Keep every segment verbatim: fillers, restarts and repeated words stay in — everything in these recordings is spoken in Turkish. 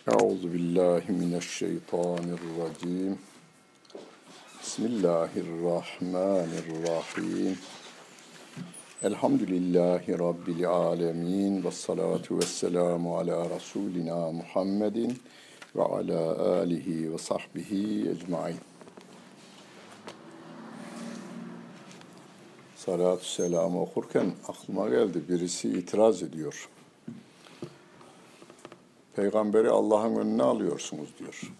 Euzu billahi mineşşeytanirracim. Bismillahirrahmanirrahim. Elhamdülillahi rabbil alamin ve salatu vesselamu ala rasulina Muhammedin ve ala alihi ve sahbihi ecmaîn. Salatü selamı okurken aklıma geldi, birisi itiraz ediyor. Peygamberi Allah'ın önüne alıyorsunuz diyor.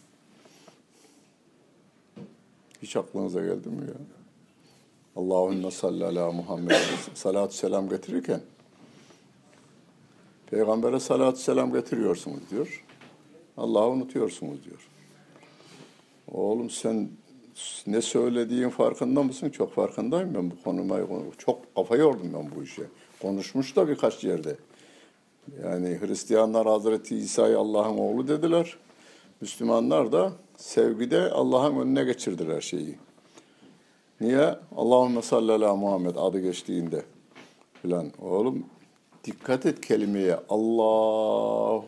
Hiç aklınıza geldi mi ya? Allahümme salli ala Muhammed salatü selam getirirken Peygamber'e salatü selam getiriyorsunuz diyor. Allah'ı unutuyorsunuz diyor. Oğlum sen ne söylediğin farkında mısın? Çok farkındayım ben bu konuma. Çok kafa yordum ben bu işe. Konuşmuş da birkaç yerde. Yani Hristiyanlar Hazreti İsa'yı Allah'ın oğlu dediler. Müslümanlar da sevgide Allah'ın önüne geçirdiler şeyi. Niye? Allahümme salli ala Muhammed adı geçtiğinde filan. Oğlum dikkat et kelimeye. Allahu.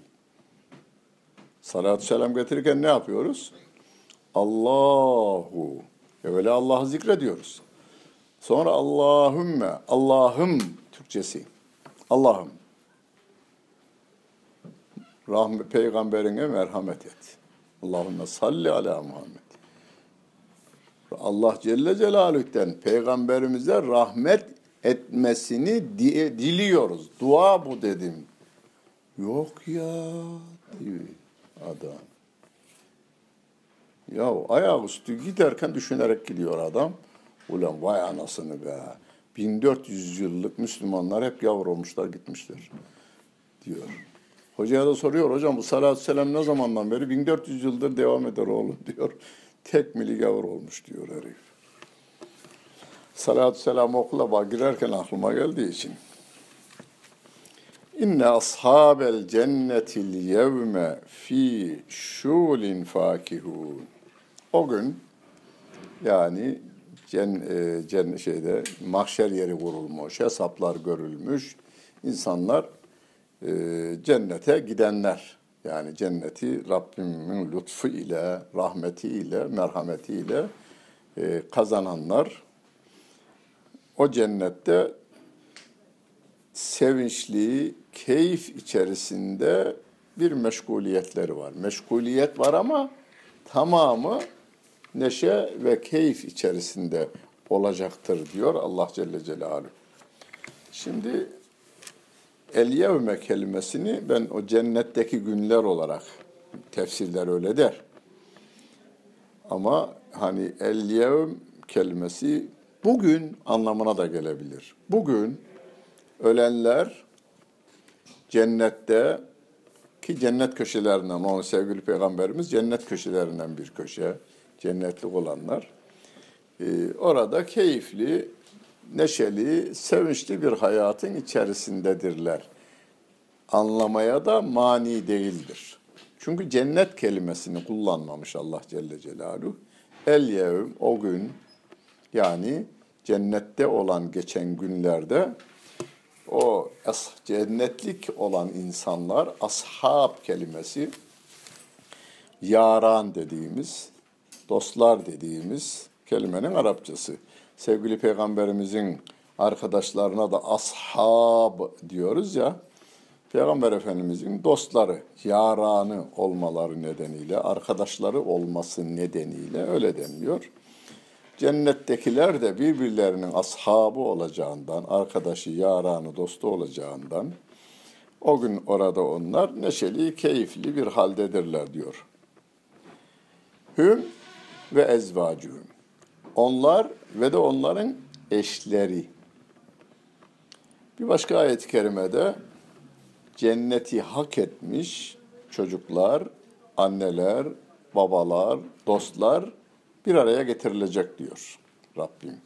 Salatü selam getirirken ne yapıyoruz? Allahu. Öyle Allah'ı zikrediyoruz. Sonra Allahümme. Allah'ım Türkçesi. Allah'ım. Rahmet, peygamberine merhamet et. Allahümme salli ala Muhammed. Allah Celle Celaluhu'den peygamberimize rahmet etmesini di- diliyoruz. Dua bu dedim. Yok ya diyor adam. Ya ayaküstü giderken düşünerek gidiyor adam. Ulan vay anasını be. bin dört yüz yıllık Müslümanlar hep yavru olmuşlar gitmişler diyor. Hocaya da soruyor, hocam bu salatü selam ne zamandan beri? bin dört yüz yıldır devam eder oğlum diyor. Tekmili gavur olmuş diyor herif. Salatü selam okula bak girerken aklıma geldiği için. İnne ashabel cennetil yevme fi şulin fakihun. O gün yani cen, e, cen, şeyde mahşer yeri kurulmuş, hesaplar görülmüş, insanlar e, cennete gidenler. Yani cenneti Rabbimin lütfu ile, rahmeti ile, merhameti ile e, kazananlar o cennette sevinçli, keyif içerisinde bir meşguliyetleri var. Meşguliyet var ama tamamı neşe ve keyif içerisinde olacaktır diyor Allah Celle Celaluhu. Şimdi el yevme kelimesini ben o cennetteki günler olarak tefsirler öyle der. Ama hani el yevm kelimesi bugün anlamına da gelebilir. Bugün ölenler cennette ki cennet köşelerinden, o sevgili peygamberimiz cennet köşelerinden bir köşe, cennetlik olanlar. Ee, orada keyifli, neşeli, sevinçli bir hayatın içerisindedirler. Anlamaya da mani değildir. Çünkü cennet kelimesini kullanmamış Allah Celle Celaluhu. El yevm, o gün, yani cennette olan geçen günlerde o cennetlik olan insanlar, ashab kelimesi, yaran dediğimiz, dostlar dediğimiz kelimenin Arapçası. Sevgili Peygamberimizin arkadaşlarına da ashab diyoruz ya, Peygamber Efendimizin dostları, yaranı olmaları nedeniyle, arkadaşları olması nedeniyle öyle deniliyor. Cennettekiler de birbirlerinin ashabı olacağından, arkadaşı, yaranı, dostu olacağından, o gün orada onlar neşeli, keyifli bir haldedirler diyor. Hüm ve ezvacühüm. Onlar ve de onların eşleri. Bir başka ayet-i kerimede cenneti hak etmiş çocuklar, anneler, babalar, dostlar bir araya getirilecek diyor Rabbim.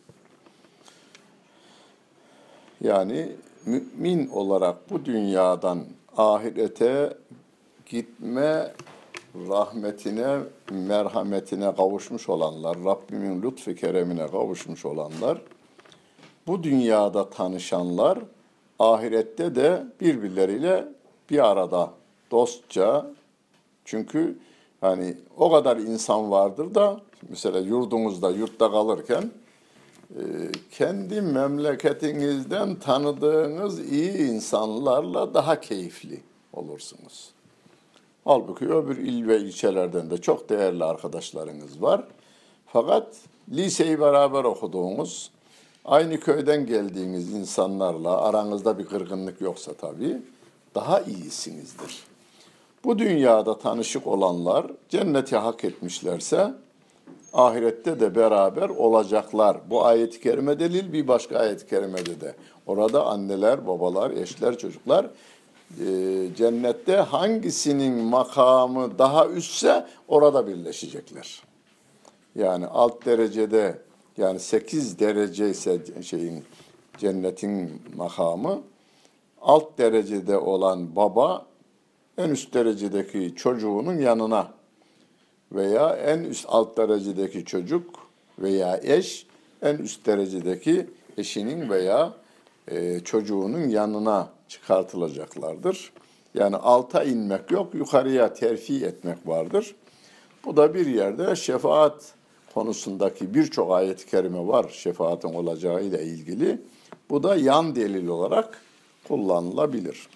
Yani mümin olarak bu dünyadan ahirete gitme rahmetine, merhametine kavuşmuş olanlar, Rabbimin lütfu keremine kavuşmuş olanlar, bu dünyada tanışanlar, ahirette de birbirleriyle bir arada dostça Çünkü hani o kadar insan vardır da mesela yurdunuzda, yurtta kalırken e, kendi memleketinizden tanıdığınız iyi insanlarla daha keyifli olursunuz. Halbuki öbür il ve ilçelerden de çok değerli arkadaşlarınız var. Fakat liseyi beraber okuduğunuz, aynı köyden geldiğiniz insanlarla aranızda bir kırgınlık yoksa tabii daha iyisinizdir. Bu dünyada tanışık olanlar cenneti hak etmişlerse ahirette de beraber olacaklar. Bu ayet-i kerime delil, bir başka ayet-i kerimede de. Orada anneler, babalar, eşler, çocuklar e, cennette hangisinin makamı daha üstse orada birleşecekler. Yani alt derecede, yani sekiz derece ise şeyin cennetin makamı, alt derecede olan baba en üst derecedeki çocuğunun yanına veya en üst alt derecedeki çocuk veya eş en üst derecedeki eşinin veya e, çocuğunun yanına çıkartılacaklardır. Yani alta inmek yok, yukarıya terfi etmek vardır. Bu da bir yerde şefaat konusundaki birçok ayet-i kerime var şefaatin olacağı ile ilgili. Bu da yan delil olarak kullanılabilir.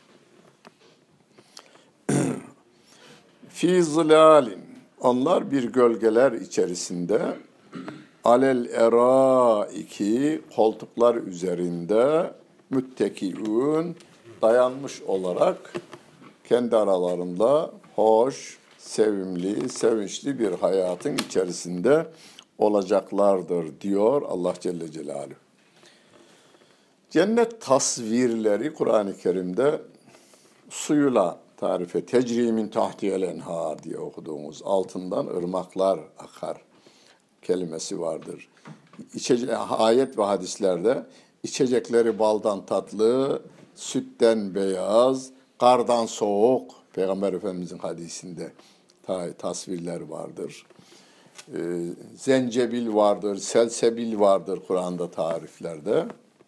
Fî zilâlin, onlar bir gölgeler içerisinde, alel erâiki, koltuklar üzerinde, müttekiûn, dayanmış olarak kendi aralarında hoş, sevimli, sevinçli bir hayatın içerisinde olacaklardır diyor Allah Celle Celaluhu. Cennet tasvirleri Kur'an-ı Kerim'de suyuyla tarife, tecrimin tahtiyel enhar diye okuduğumuz altından ırmaklar akar kelimesi vardır. İçece, ayet ve hadislerde içecekleri baldan tatlı, sütten beyaz, kardan soğuk, Peygamber Efendimizin hadisinde ta, tasvirler vardır. Ee, zencebil vardır, selsebil vardır Kur'an'da tariflerde.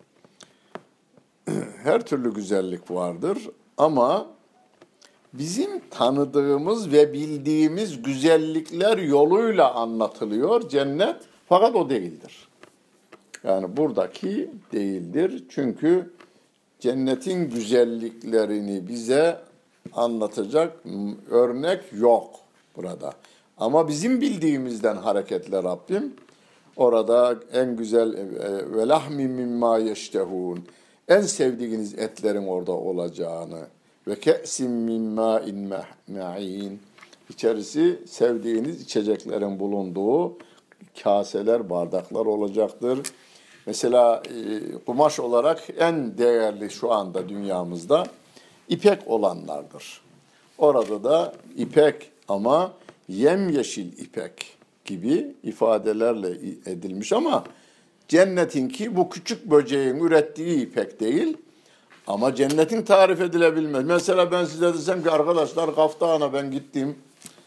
Her türlü güzellik vardır ama bizim tanıdığımız ve bildiğimiz güzellikler yoluyla anlatılıyor cennet, fakat o değildir. Yani buradaki değildir. Çünkü cennetin güzelliklerini bize anlatacak örnek yok burada. Ama bizim bildiğimizden hareketle Rabbim orada en güzel ve lahmi mimma yeştehun, en sevdiğiniz etlerin orada olacağını ve ke'sim min ma'in ma'in, içerisi sevdiğiniz içeceklerin bulunduğu kaseler, bardaklar olacaktır. Mesela e, kumaş olarak en değerli şu anda dünyamızda ipek olanlardır. Orada da ipek ama yemyeşil ipek gibi ifadelerle edilmiş ama cennetinki bu küçük böceğin ürettiği ipek değil. Ama cennetin tarif edilebilmez. Mesela ben size desem ki arkadaşlar Kaftan'a ben gittim.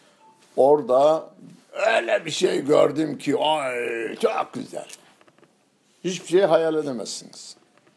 Orada öyle bir şey gördüm ki ay çok güzel. Hiçbir şey hayal edemezsiniz.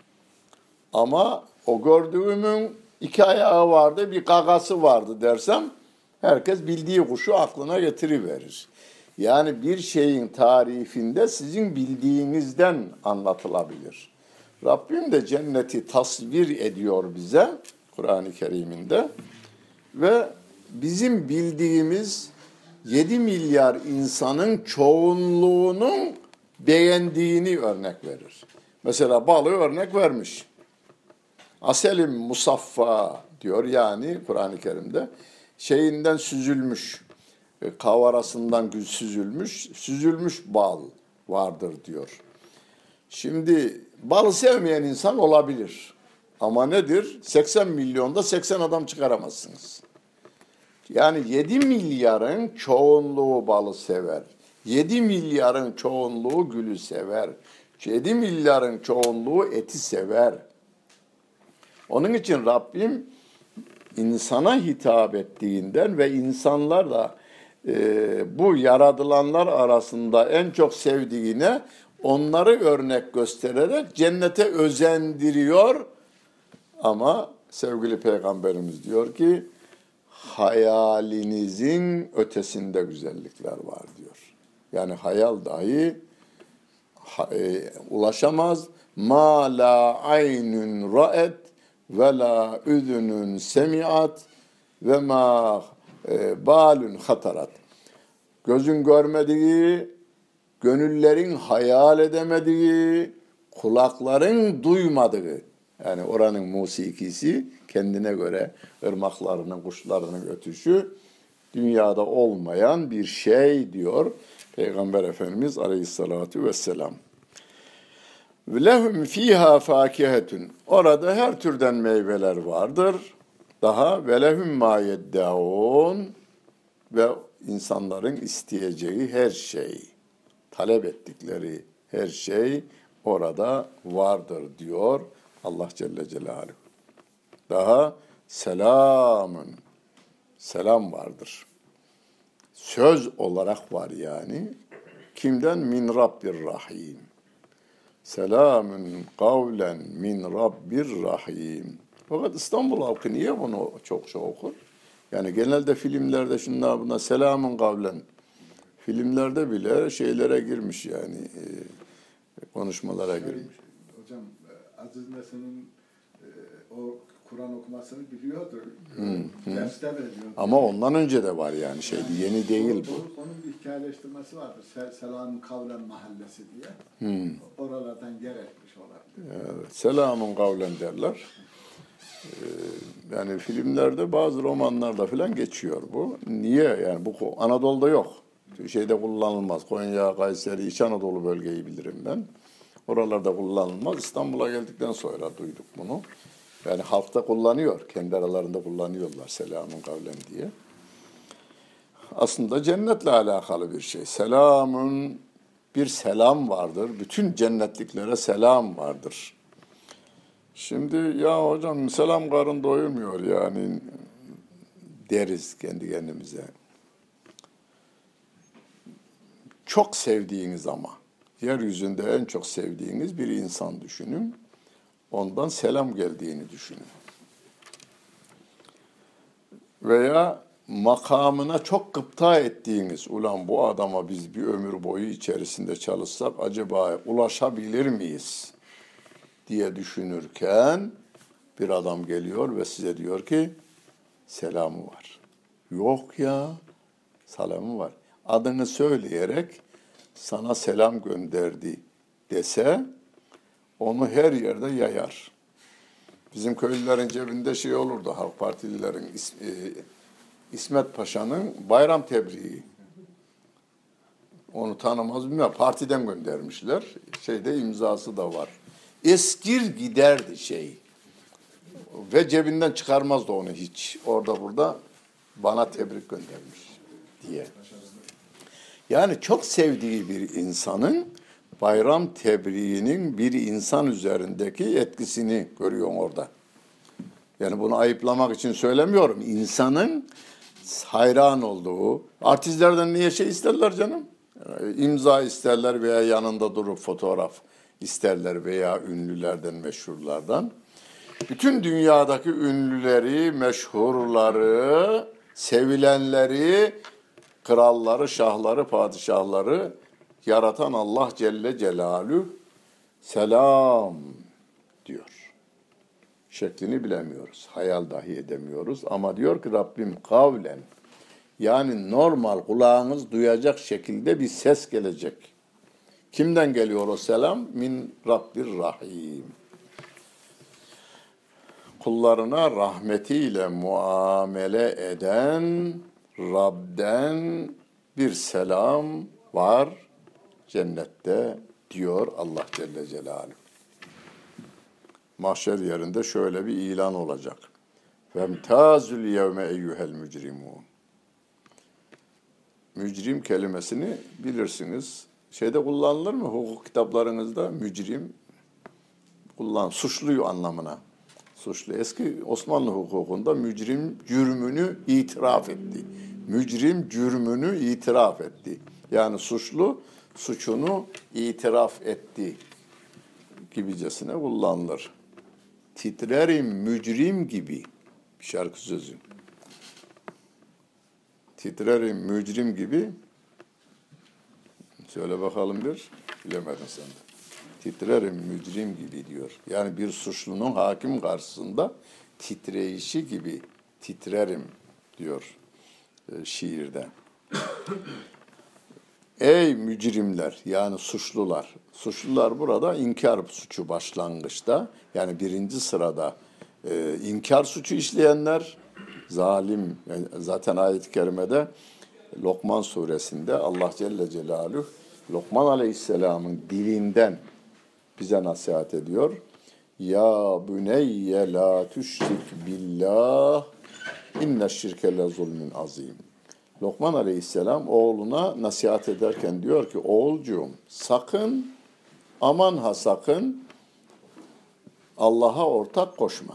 Ama o gördüğümün iki ayağı vardı, bir gagası vardı dersem herkes bildiği kuşu aklına getiriverir. Yani bir şeyin tarifinde sizin bildiğinizden anlatılabilir. Rabbim de cenneti tasvir ediyor bize Kur'an-ı Kerim'inde ve bizim bildiğimiz yedi milyar insanın çoğunluğunun beğendiğini örnek verir. Mesela balı örnek vermiş. Aselim musaffa diyor, yani Kur'an-ı Kerim'de şeyinden süzülmüş, kavarasından süzülmüş, süzülmüş bal vardır diyor. Şimdi balı sevmeyen insan olabilir. Ama nedir? seksen milyonda seksen adam çıkaramazsınız. Yani yedi milyarın çoğunluğu balı sever. yedi milyarın çoğunluğu gülü sever. yedi milyarın çoğunluğu eti sever. Onun için Rabbim insana hitap ettiğinden ve insanlar da e, bu yaratılanlar arasında en çok sevdiğine onları örnek göstererek cennete özendiriyor. Ama sevgili Peygamberimiz diyor ki hayalinizin ötesinde güzellikler var diyor. Yani hayal dahi ha, e, ulaşamaz. Ma la aynun ra'et ve la üzünün semiat ve ma e, balun hatarat. Gözün görmediği, gönüllerin hayal edemediği, kulakların duymadığı, yani oranın musikisi kendine göre ırmaklarının, kuşlarının ötüşü dünyada olmayan bir şey diyor Peygamber Efendimiz Aleyhisselatü Vesselam. Lehum fiha fakihetun. Orada her türden meyveler vardır. Daha ve lehum ma yeddaun ve insanların isteyeceği her şey, talep ettikleri her şey orada vardır diyor Allah Celle Celaluhu. Daha selamın, selam vardır. Söz olarak var yani. Kimden? Min Rabbir Rahim. Selamun kavlen min Rabbir Rahim. Fakat İstanbul halkı niye bunu çok çok okur? Yani genelde filmlerde şunlar buna selamun kavlen. Filmlerde bile şeylere girmiş yani e, konuşmalara girmiş. Hocam Aziz Nesin'in e, o Kur'an okumasını biliyordu. Hmm, Derste veriyordu. Ama ondan önce de var yani şey yani, yeni değil bu. Onun bir hikayeleştirmesi vardır. Sel Selamın Kavlen Mahallesi diye. Hmm. Oralardan yer etmiş olabilir. Evet, selamun kavlen derler. Ee, yani filmlerde bazı romanlarda falan geçiyor bu. Niye? Yani bu Anadolu'da yok. Şeyde kullanılmaz. Konya, Kayseri, İç Anadolu bölgeyi bilirim ben. Oralarda kullanılmaz. İstanbul'a geldikten sonra duyduk bunu. Yani halkta kullanıyor. Kendi aralarında kullanıyorlar selamun kavlen diye. Aslında cennetle alakalı bir şey. Selamun, bir selam vardır. Bütün cennetliklere selam vardır. Şimdi ya hocam selam karın doyurmuyor yani deriz kendi kendimize. Çok sevdiğiniz ama, yeryüzünde en çok sevdiğiniz bir insan düşünün. Ondan selam geldiğini düşünün. Veya makamına çok gıpta ettiğiniz, ulan bu adama biz bir ömür boyu içerisinde çalışsak acaba ulaşabilir miyiz diye düşünürken bir adam geliyor ve size diyor ki selamı var. Yok ya, selamı var. Adını söyleyerek sana selam gönderdi dese onu her yerde yayar. Bizim köylülerin cebinde şey olurdu, Halk Partililerin İsmet Paşa'nın bayram tebriği. Onu tanımaz bilmiyorum. Partiden göndermişler. Şeyde imzası da var. Eskir giderdi şey. Ve cebinden çıkarmazdı onu hiç. Orada burada bana tebrik göndermiş diye. Yani çok sevdiği bir insanın bayram tebriğinin bir insan üzerindeki etkisini görüyorum orada. Yani bunu ayıplamak için söylemiyorum. İnsanın hayran olduğu, artistlerden niye şey isterler canım? İmza isterler veya yanında durup fotoğraf isterler veya ünlülerden, meşhurlardan. Bütün dünyadaki ünlüleri, meşhurları, sevilenleri, kralları, şahları, padişahları yaratan Allah Celle Celaluhu selam diyor. Şeklini bilemiyoruz, hayal dahi edemiyoruz ama diyor ki Rabbim kavlen, yani normal kulağınız duyacak şekilde bir ses gelecek. Kimden geliyor o selam? Min Rabbir Rahim. Kullarına rahmetiyle muamele eden Rab'den bir selam var cennette diyor Allah Celle Celaluhu. Mahşer yerinde şöyle bir ilan olacak. Vemtazül yevme eyyuhel mücrimun. Mücrim kelimesini bilirsiniz. Şeyde kullanılır mı? Hukuk kitaplarınızda mücrim kullan, suçluyu anlamına. Suçlu. Eski Osmanlı hukukunda mücrim cürmünü itiraf etti. Mücrim cürmünü itiraf etti. Yani suçlu suçunu itiraf etti gibicesine kullanılır. Titrerim mücrim gibi bir şarkı sözü. Titrerim mücrim gibi. Söyle bakalım bir. Bilemedin sen de. Titrerim mücrim gibi diyor. Yani bir suçlunun hakim karşısında titreyişi gibi titrerim diyor e, şiirde. Ey mücrimler, yani suçlular. Suçlular burada inkar suçu başlangıçta. Yani birinci sırada e, inkar suçu işleyenler, zalim. Yani zaten ayet-i kerimede Lokman suresinde Allah Celle Celaluhu Lokman Aleyhisselam'ın dilinden bize nasihat ediyor. Ya büneyye la tüşrik billah inne şirke le zulmün azim. Lokman Aleyhisselam oğluna nasihat ederken diyor ki oğulcuğum sakın aman ha sakın Allah'a ortak koşma.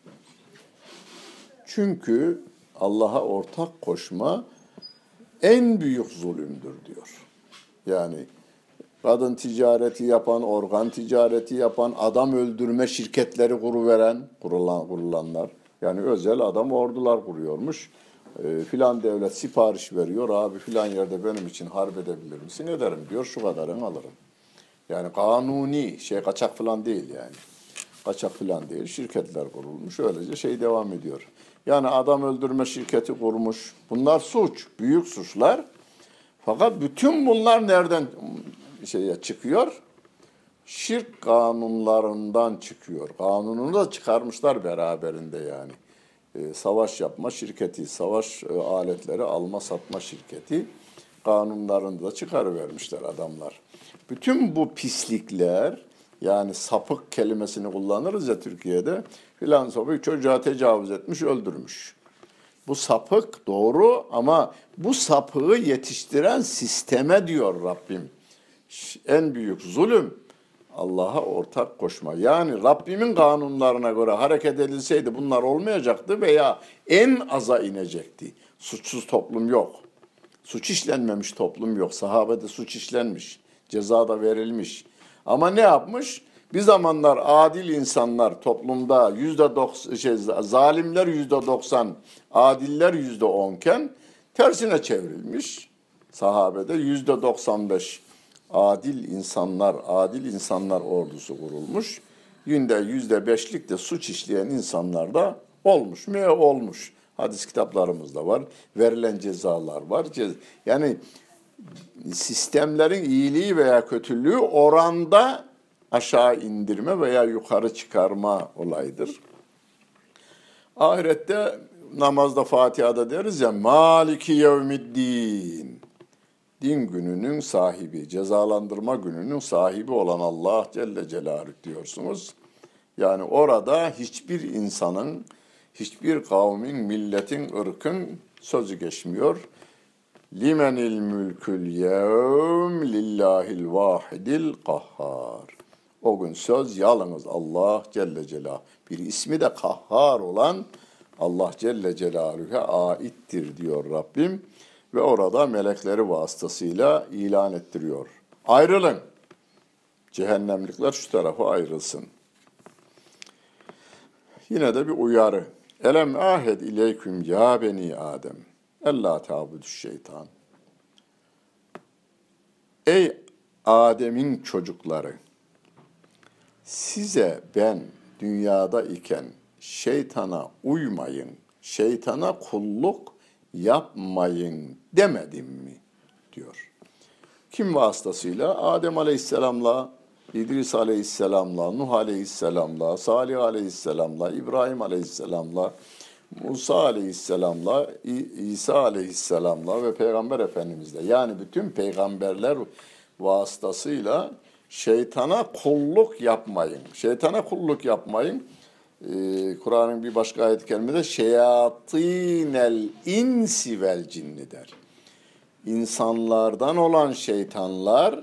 Çünkü Allah'a ortak koşma en büyük zulümdür diyor. Yani kadın ticareti yapan, organ ticareti yapan, adam öldürme şirketleri kuruveren, kurulan, kurulanlar. Yani özel adam ordular kuruyormuş. E, filan devlet sipariş veriyor. Abi filan yerde benim için harp edebilir misin? Ederim diyor. Şu kadarını alırım. Yani kanuni, şey kaçak falan değil yani. Kaçak falan değil. Şirketler kurulmuş. Öylece şey devam ediyor. Yani adam öldürme şirketi kurmuş. Bunlar suç. Büyük suçlar. Fakat bütün bunlar nereden şeye çıkıyor? Şirk kanunlarından çıkıyor. Kanununu da çıkarmışlar beraberinde yani. E, savaş yapma şirketi, savaş e, aletleri alma satma şirketi kanunlarını da çıkarıvermişler adamlar. Bütün bu pislikler, yani sapık kelimesini kullanırız ya Türkiye'de, filan sapık çocuğa tecavüz etmiş, öldürmüş. Bu sapık doğru ama bu sapığı yetiştiren sisteme diyor Rabbim. En büyük zulüm Allah'a ortak koşma. Yani Rabbimin kanunlarına göre hareket edilseydi bunlar olmayacaktı veya en aza inecekti. Suçsuz toplum yok. Suç işlenmemiş toplum yok. Sahabede suç işlenmiş. Ceza da verilmiş. Ama ne yapmış? Bir zamanlar adil insanlar toplumda yüzde doksan, şey, zalimler yüzde doksan, adiller yüzde onken tersine çevrilmiş. Sahabede yüzde doksan beş adil insanlar, adil insanlar ordusu kurulmuş. Günde yüzde beşlik de suç işleyen insanlar da olmuş mu? Olmuş. Hadis kitaplarımızda var. Verilen cezalar var. Yani sistemlerin iyiliği veya kötülüğü oranda aşağı indirme veya yukarı çıkarma olayıdır. Ahirette namazda Fatiha'da deriz ya Maliki yevmiddin. Din gününün sahibi, cezalandırma gününün sahibi olan Allah Celle Celaluhu diyorsunuz. Yani orada hiçbir insanın, hiçbir kavmin, milletin, ırkın sözü geçmiyor. Limenil mülkül yevm lillahil vahidil kahhar. O gün söz yalnız Allah Celle Celaluhu. Bir ismi de kahhar olan Allah Celle Celaluhu'ya aittir diyor Rabbim. Ve orada melekleri vasıtasıyla ilan ettiriyor. Ayrılın. Cehennemlikler şu tarafa ayrılsın. Yine de bir uyarı. Elem ahed ileyküm ya beni Adem. Ella ta'budüş şeytan. Ey Adem'in çocukları. Size ben dünyada iken şeytana uymayın, şeytana kulluk yapmayın demedim mi? Diyor. Kim vasıtasıyla? Adem Aleyhisselam'la, İdris Aleyhisselam'la, Nuh Aleyhisselam'la, Salih Aleyhisselam'la, İbrahim Aleyhisselam'la, Musa Aleyhisselam'la, İsa Aleyhisselam'la ve Peygamber Efendimiz'le. Yani bütün peygamberler vasıtasıyla şeytana kulluk yapmayın. Şeytana kulluk yapmayın. Ee, Kur'an'ın bir başka ayet-i kerimede şeyatinel insi vel cinni der. İnsanlardan olan şeytanlar,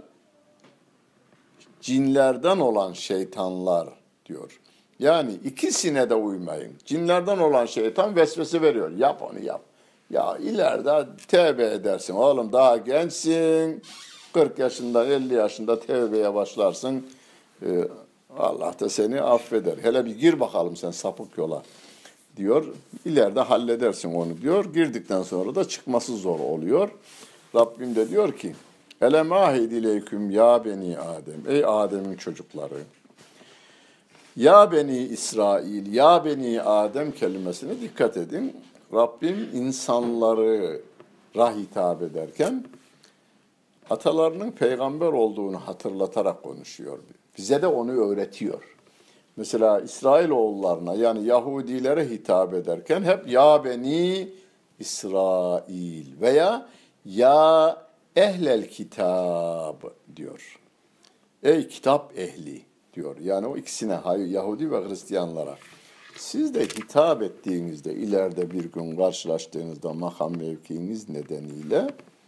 cinlerden olan şeytanlar diyor. Yani ikisine de uymayın. Cinlerden olan şeytan vesvese veriyor. Yap onu yap. Ya ileride tevbe edersin. Oğlum daha gençsin. kırk yaşında, elli yaşında tevbeye başlarsın. Ee, Allah da seni affeder. Hele bir gir bakalım sen sapık yola. diyor. İleride halledersin onu diyor. Girdikten sonra da çıkması zor oluyor. Rabbim de diyor ki Elem ahid ileyküm ya beni Adem. Ey Adem'in çocukları. Ya beni İsrail, ya beni Adem kelimesine dikkat edin. Rabbim insanları rah hitap ederken atalarının peygamber olduğunu hatırlatarak konuşuyor. Bize de onu öğretiyor. Mesela İsrailoğullarına yani Yahudilere hitap ederken hep ya beni İsrail veya ya ehlel kitab diyor. Ey kitap ehli diyor. Yani o ikisine Yahudi ve Hristiyanlara. Siz de hitap ettiğinizde ileride bir gün karşılaştığınızda makam mevkiiniz nedeniyle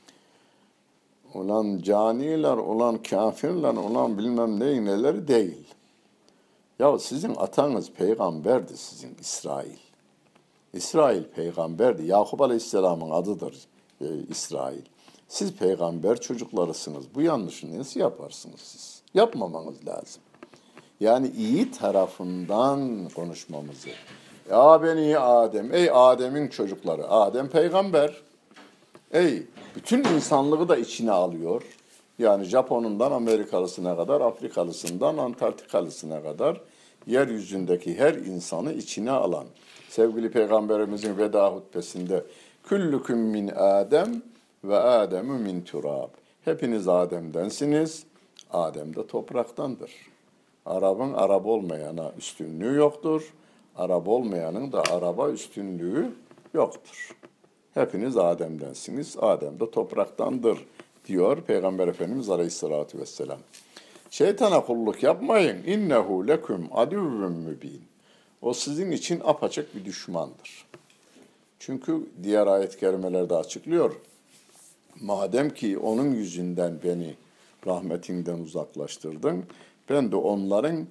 olan caniler, olan kafirler, olan bilmem neyin neleri değil. Ya sizin atanız peygamberdi sizin İsrail. İsrail peygamberdi. Yakup Aleyhisselam'ın adıdır e, İsrail. Siz peygamber çocuklarısınız. Bu yanlışı nasıl yaparsınız siz? Yapmamanız lazım. Yani iyi tarafından konuşmamızı. Ya beni Adem, ey Adem'in çocukları. Adem peygamber. Ey bütün insanlığı da içine alıyor. Yani Japon'undan Amerikalısına kadar, Afrikalısından Antarktikalısına kadar yeryüzündeki her insanı içine alan. Sevgili Peygamberimizin veda hutbesinde küllüküm min Adem ve Ademü min turab. Hepiniz Adem'densiniz. Adem de topraktandır. Arap'ın Arap olmayana üstünlüğü yoktur. Arap olmayanın da araba üstünlüğü yoktur. Hepiniz Adem'densiniz. Adem de topraktandır diyor Peygamber Efendimiz Aleyhisselatü Vesselam. Şeytana kulluk yapmayın. İnnehu leküm adüvvün mübin. O sizin için apaçık bir düşmandır. Çünkü diğer ayet-i kerimelerde açıklıyor. Madem ki onun yüzünden beni rahmetinden uzaklaştırdın, ben de onların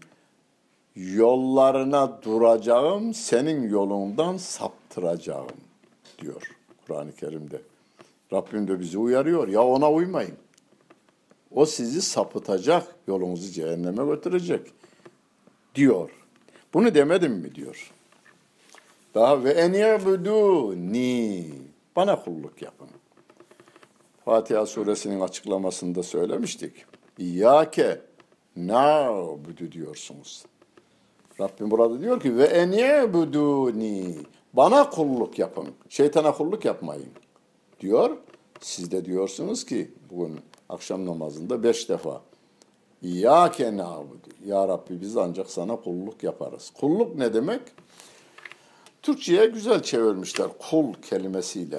yollarına duracağım, senin yolundan saptıracağım diyor Kur'an-ı Kerim'de. Rabbim de bizi uyarıyor. Ya ona uymayın. O sizi sapıtacak, yolunuzu cehenneme götürecek diyor. Bunu demedim mi diyor. Daha ve en ya'buduni. Bana kulluk yapın. Fatiha suresinin açıklamasında söylemiştik. İyyâke na'budu diyorsunuz. Rabbim burada diyor ki ve en ya'buduni. Bana kulluk yapın. Şeytana kulluk yapmayın diyor. Siz de diyorsunuz ki bugün akşam namazında beş defa İyyâke na'budu. Ya Rabbi biz ancak sana kulluk yaparız. Kulluk ne demek? Türkçe'ye güzel çevirmişler kul kelimesiyle.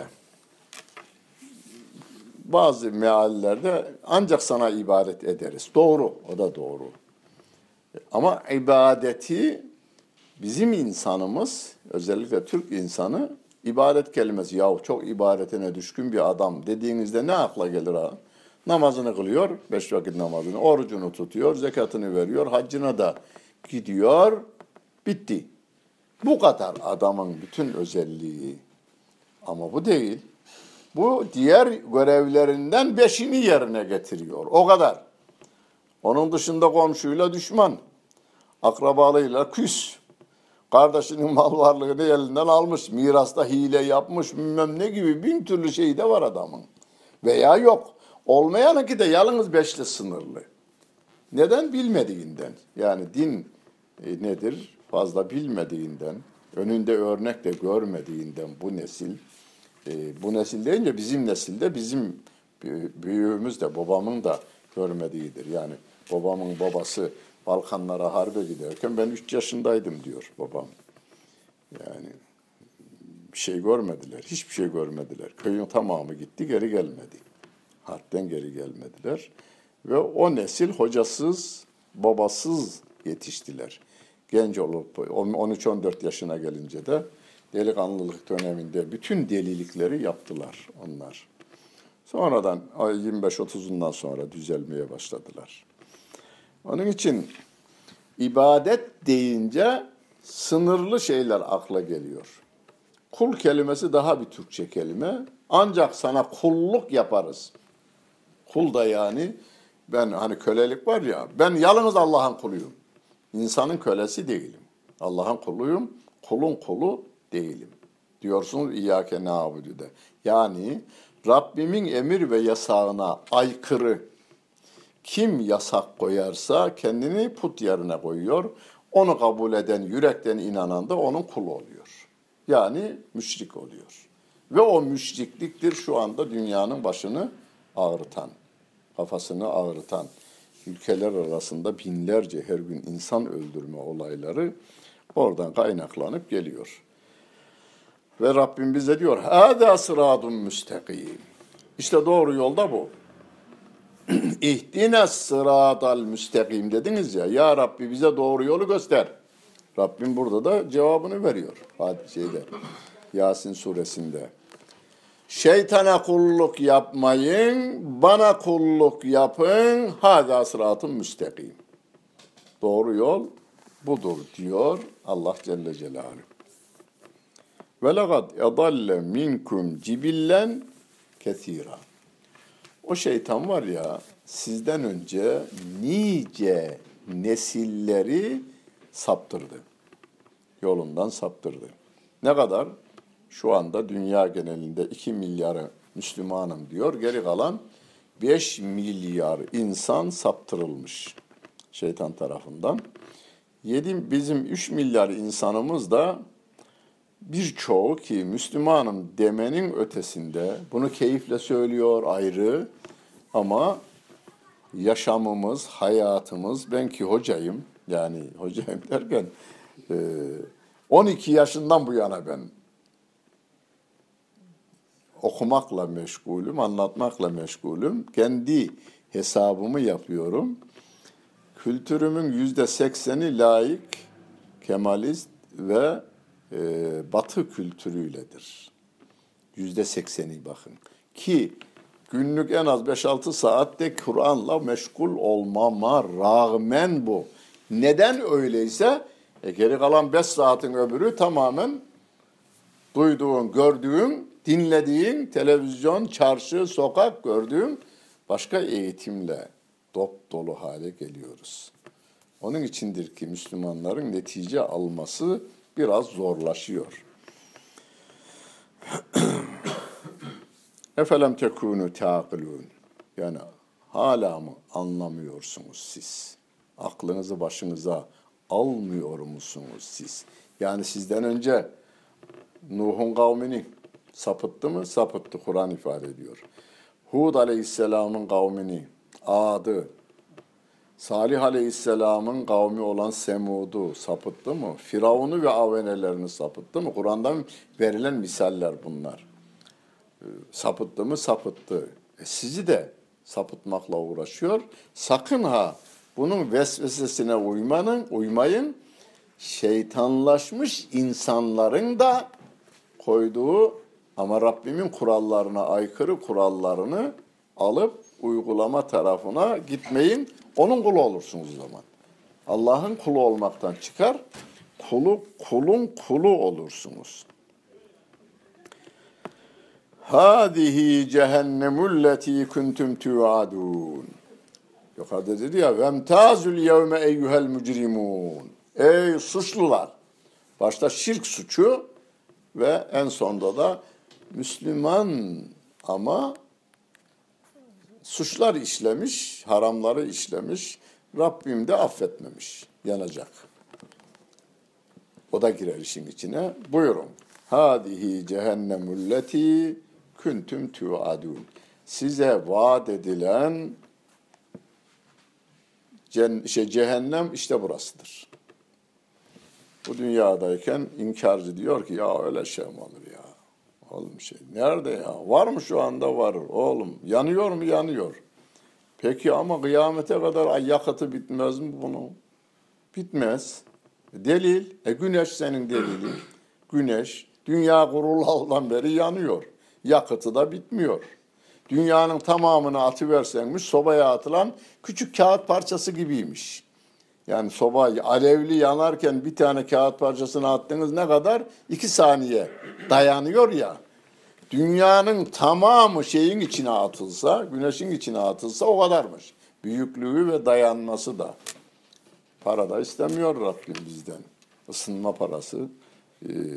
Bazı meallerde ancak sana ibadet ederiz. Doğru, o da doğru. Ama ibadeti bizim insanımız, özellikle Türk insanı ibadet kelimesi, yahu çok ibadetine düşkün bir adam dediğinizde ne akla gelir ha? Namazını kılıyor, beş vakit namazını, orucunu tutuyor, zekatını veriyor, haccına da gidiyor, bitti. Bu kadar adamın bütün özelliği. Ama bu değil. Bu diğer görevlerinden beşini yerine getiriyor. O kadar. Onun dışında komşuyla düşman, akrabalığıyla küs, kardeşinin mal varlığını elinden almış, mirasta hile yapmış, bilmem ne gibi bin türlü şey de var adamın. Veya yok. Olmayanınki de yalnız beşle sınırlı. Neden? Bilmediğinden. Yani din e, nedir? Fazla bilmediğinden, önünde örnek de görmediğinden bu nesil, e, bu nesil deyince bizim nesilde bizim büyüğümüz de babamın da görmediğidir. Yani babamın babası Balkanlara harbe giderken ben üç yaşındaydım diyor babam. Yani bir şey görmediler, hiçbir şey görmediler. Köyün tamamı gitti, geri gelmedi. Harpten geri gelmediler. Ve o nesil hocasız, babasız yetiştiler. Genç olup on üç on dört yaşına gelince de delikanlılık döneminde bütün delilikleri yaptılar onlar. Sonradan yirmi beş otuzundan sonra düzelmeye başladılar. Onun için ibadet deyince sınırlı şeyler akla geliyor. Kul kelimesi daha bir Türkçe kelime. Ancak sana kulluk yaparız. Kul da yani ben hani kölelik var ya, ben yalnız Allah'ın kuluyum. İnsanın kölesi değilim. Allah'ın kuluyum. Kulun kulu değilim. Diyorsunuz İyyâke nâbudu de. Yani Rabbimin emir ve yasağına aykırı kim yasak koyarsa kendini put yerine koyuyor. Onu kabul eden, yürekten inanan da onun kulu oluyor. Yani müşrik oluyor. Ve o müşrikliktir şu anda dünyanın başını ağrıtan, kafasını ağrıtan, ülkeler arasında binlerce her gün insan öldürme olayları oradan kaynaklanıp geliyor. Ve Rabbim bize diyor, hâdâ sıradun müstakîm. İşte doğru yolda bu. İhdine sıradal müstakim dediniz ya. Ya Rabbi bize doğru yolu göster. Rabbim burada da cevabını veriyor. Hadi şeyde Yasin suresinde. Şeytana kulluk yapmayın, bana kulluk yapın. Hâdâ sıratun müstakim. Doğru yol budur diyor Allah Celle Celaluhu. Ve lekad edalle minkum cibillen kesîrâ. O şeytan var ya, sizden önce nice nesilleri saptırdı. Yolundan saptırdı. Ne kadar? Şu anda dünya genelinde iki milyarı Müslümanım diyor. Geri kalan beş milyar insan saptırılmış şeytan tarafından. Yedi, bizim üç milyar insanımız da birçoğu ki Müslümanım demenin ötesinde, bunu keyifle söylüyor ayrı ama yaşamımız, hayatımız, ben ki hocayım, yani hocayım derken on iki yaşından bu yana ben okumakla meşgulüm, anlatmakla meşgulüm, kendi hesabımı yapıyorum. Kültürümün yüzde sekseni laik, kemalist ve e, batı kültürüyledir. Yüzde sekseni bakın. Ki günlük en az beş altı saatte Kur'an'la meşgul olmama rağmen bu. Neden öyleyse? E, geri kalan beş saatin öbürü tamamen duyduğun, gördüğün, dinlediğin, televizyon, çarşı, sokak gördüğün başka eğitimle dop dolu hale geliyoruz. Onun içindir ki Müslümanların netice alması biraz zorlaşıyor. Efelem tekunu taqilun. Yani hala mı anlamıyorsunuz siz? Aklınızı başınıza almıyor musunuz siz? Yani sizden önce Nuh'un kavmini sapıttı mı? Sapıttı. Kur'an ifade ediyor. Hud aleyhisselamın kavmini, Ad'ı, Salih aleyhisselamın kavmi olan Semud'u sapıttı mı? Firavun'u ve avenelerini sapıttı mı? Kur'an'dan verilen misaller bunlar. Sapıttı mı? Sapıttı. E sizi de sapıtmakla uğraşıyor. Sakın ha bunun vesvesesine uymanın, uymayın. Şeytanlaşmış insanların da koyduğu ama Rabbimin kurallarına aykırı kurallarını alıp uygulama tarafına gitmeyin. Onun kulu olursunuz o zaman. Allah'ın kulu olmaktan çıkar, kulu kulun kulu olursunuz. Hâzihi cehennemulleti kuntum tu'adun. Yukarıda dedi ya vemtazul yevme eyyuhel mücrimun. Ey suçlular. Başta şirk suçu ve en sonda da Müslüman ama suçlar işlemiş, haramları işlemiş, Rabbim de affetmemiş, yanacak. O da girer işin içine. Buyurun. Hâdihi cehennemulleti kuntum tu'adun. Size vaat edilen şey, cehennem işte burasıdır. Bu dünyadayken inkarcı diyor ki ya öyle şey mi olur ya? Oğlum şey nerede ya? Var mı şu anda? Var. Oğlum yanıyor mu? Yanıyor. Peki ama kıyamete kadar yakıtı bitmez mi bunun? Bitmez. Delil. E güneş senin delilin. Güneş dünya kurulduğundan beri yanıyor. Yakıtı da bitmiyor. Dünyanın tamamını atıversenmiş sobaya atılan küçük kağıt parçası gibiymiş. Yani soba alevli yanarken bir tane kağıt parçasını attınız ne kadar? İki saniye dayanıyor ya. Dünyanın tamamı şeyin içine atılsa, güneşin içine atılsa o kadarmış. Büyüklüğü ve dayanması da. Para da istemiyor Rabbim bizden. Isınma parası,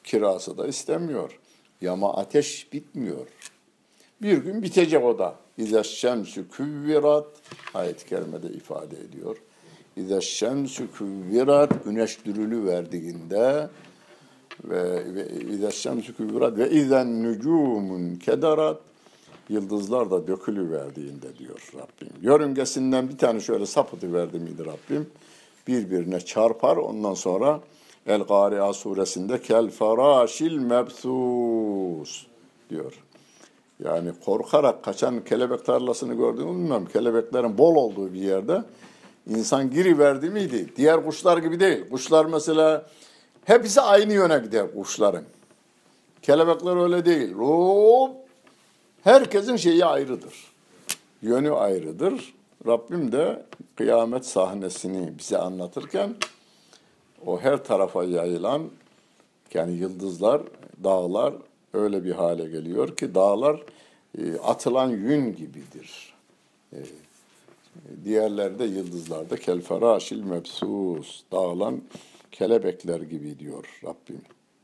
Kirası da istemiyor. Yama ateş bitmiyor. Bir gün bitecek o da. İze şemsü küvvirat ayet-i kerimede ifade ediyor. İze şemsü küvvirat güneş dürülü verdiğinde ve ve İze şemsü küvvirat ve izen nücumun kederat yıldızlar da dökülü verdiğinde diyor Rabbim. Yörüngesinden bir tane şöyle sapıtı verdi miydi Rabbim? Birbirine çarpar. Ondan sonra El-Gâri'a suresinde kel ferâşil mebthûs diyor. Yani korkarak kaçan kelebek tarlasını gördüğünü bilmem. Kelebeklerin bol olduğu bir yerde insan giriverdi miydi? Diğer kuşlar gibi değil. Kuşlar mesela hepsi aynı yöne gider kuşların. Kelebekler öyle değil. Hop! Herkesin şeyi ayrıdır. Yönü ayrıdır. Rabbim de kıyamet sahnesini bize anlatırken o her tarafa yayılan yani yıldızlar, dağlar öyle bir hale geliyor ki dağlar e, atılan yün gibidir. E, diğerleri de yıldızlarda kelferaşil mebsus, dağılan kelebekler gibi diyor Rabbim.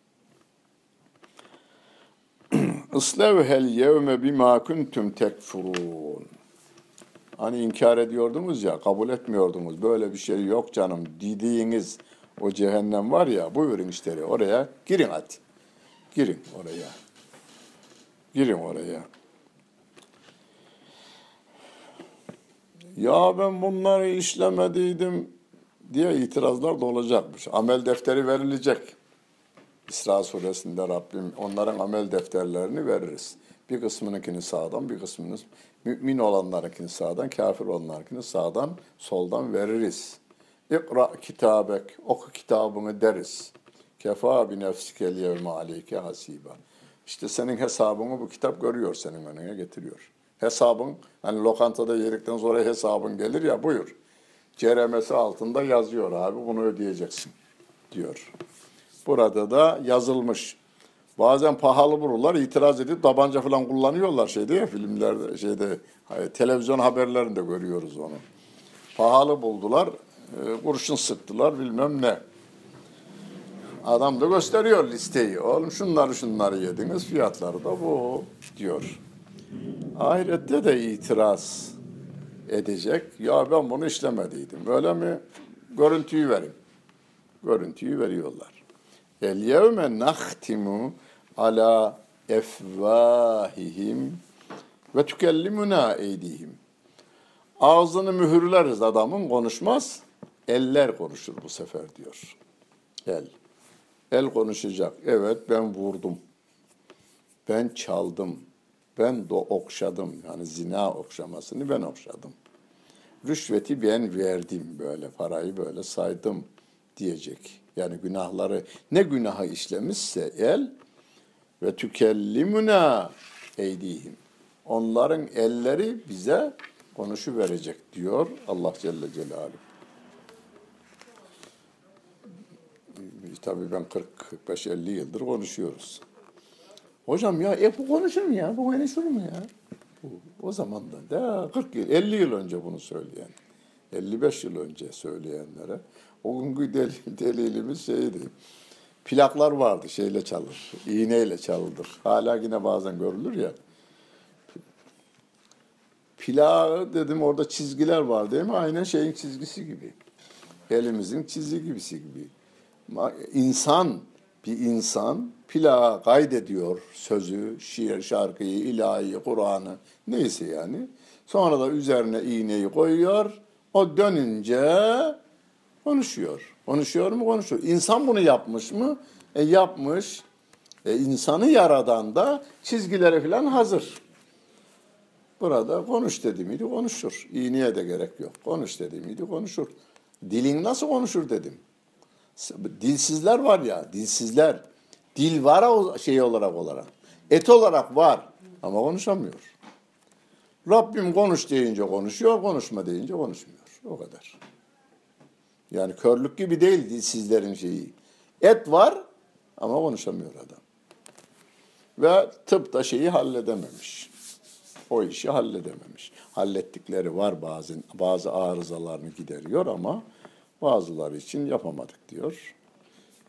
İslevhel yevme bima kuntum tekfurun. Hani inkar ediyordunuz ya, kabul etmiyordunuz. Böyle bir şey yok canım dediğiniz o cehennem var ya, buyurun işte oraya girin hadi. Girin oraya. Girin oraya. Ya ben bunları işlemediydim diye itirazlar da olacakmış. Amel defteri verilecek. İsra suresinde Rabbim onların amel defterlerini veririz. Bir kısmınınkini sağdan, bir kısmını mümin olanlarınkini sağdan, kafir olanlarınkini sağdan, soldan veririz. İkra kitabek, oku kitabını deriz. Kefa bi nefsikel yevme aleyke hasiba. İşte senin hesabını bu kitap görüyor, senin önüne getiriyor. Hesabın, hani lokantada yedikten sonra hesabın gelir ya, buyur. Ceremesi altında yazıyor abi, bunu ödeyeceksin diyor. Burada da yazılmış. Bazen pahalı bulurlar, itiraz edip tabanca falan kullanıyorlar şeyde ya, filmlerde, şeyde, hayır, televizyon haberlerinde görüyoruz onu. Pahalı buldular, e, kurşun sıktılar, bilmem ne. Adam da gösteriyor listeyi. Oğlum şunları şunları yediniz, fiyatları da bu diyor. Ahirette de itiraz edecek. Ya ben bunu işlemediydim. Öyle mi? Görüntüyü verin. Görüntüyü veriyorlar. El yevme nahtimu ala efvahihim ve tükellimuna eydihim. Ağzını mühürleriz, adamın konuşmaz. Eller konuşur bu sefer diyor. El. El konuşacak. Evet ben vurdum. Ben çaldım. Ben de okşadım. Yani zina okşamasını ben okşadım. Rüşveti ben verdim böyle. Parayı böyle saydım diyecek. Yani günahları, ne günahı işlemişse el ve tükellimuna eydihim. Onların elleri bize konuşuverecek diyor Allah Celle Celaluhu. Tabii ben kırk kırk beş elli yıldır konuşuyoruz. Hocam ya e bu konuşur mu ya? Bu konuşur mu ya? Bu, o zamandan da kırk yıl, elli yıl önce bunu söyleyen, elli beş yıl önce söyleyenlere o günkü del, delilimiz şeydi. Plaklar vardı, şeyle çalır, iğneyle çalınır. Hala yine bazen görülür ya. Plağı dedim, orada çizgiler var değil mi? Aynen şeyin çizgisi gibi. Elimizin çizgisi gibi. İnsan, bir insan plağa kaydediyor sözü, şiir, şarkıyı, ilahi, Kur'an'ı, neyse yani. Sonra da üzerine iğneyi koyuyor. O dönünce konuşuyor. Konuşuyor mu? Konuşuyor. İnsan bunu yapmış mı? E yapmış. E insanı yaradan da çizgileri falan hazır. Burada konuş dedi miydi konuşur. İğneye de gerek yok. Konuş dedi miydi konuşur. Dilin nasıl konuşur dedim. Dilsizler var ya, dilsizler. Dil var o şey olarak olarak. Et olarak var ama konuşamıyor. Rabbim konuş deyince konuşuyor, konuşma deyince konuşmuyor. O kadar. Yani körlük gibi değil dilsizlerin şeyi. Et var ama konuşamıyor adam. Ve tıp da şeyi halledememiş. O işi halledememiş. Hallettikleri var, bazı bazı arızalarını gideriyor ama bazıları için yapamadık diyor.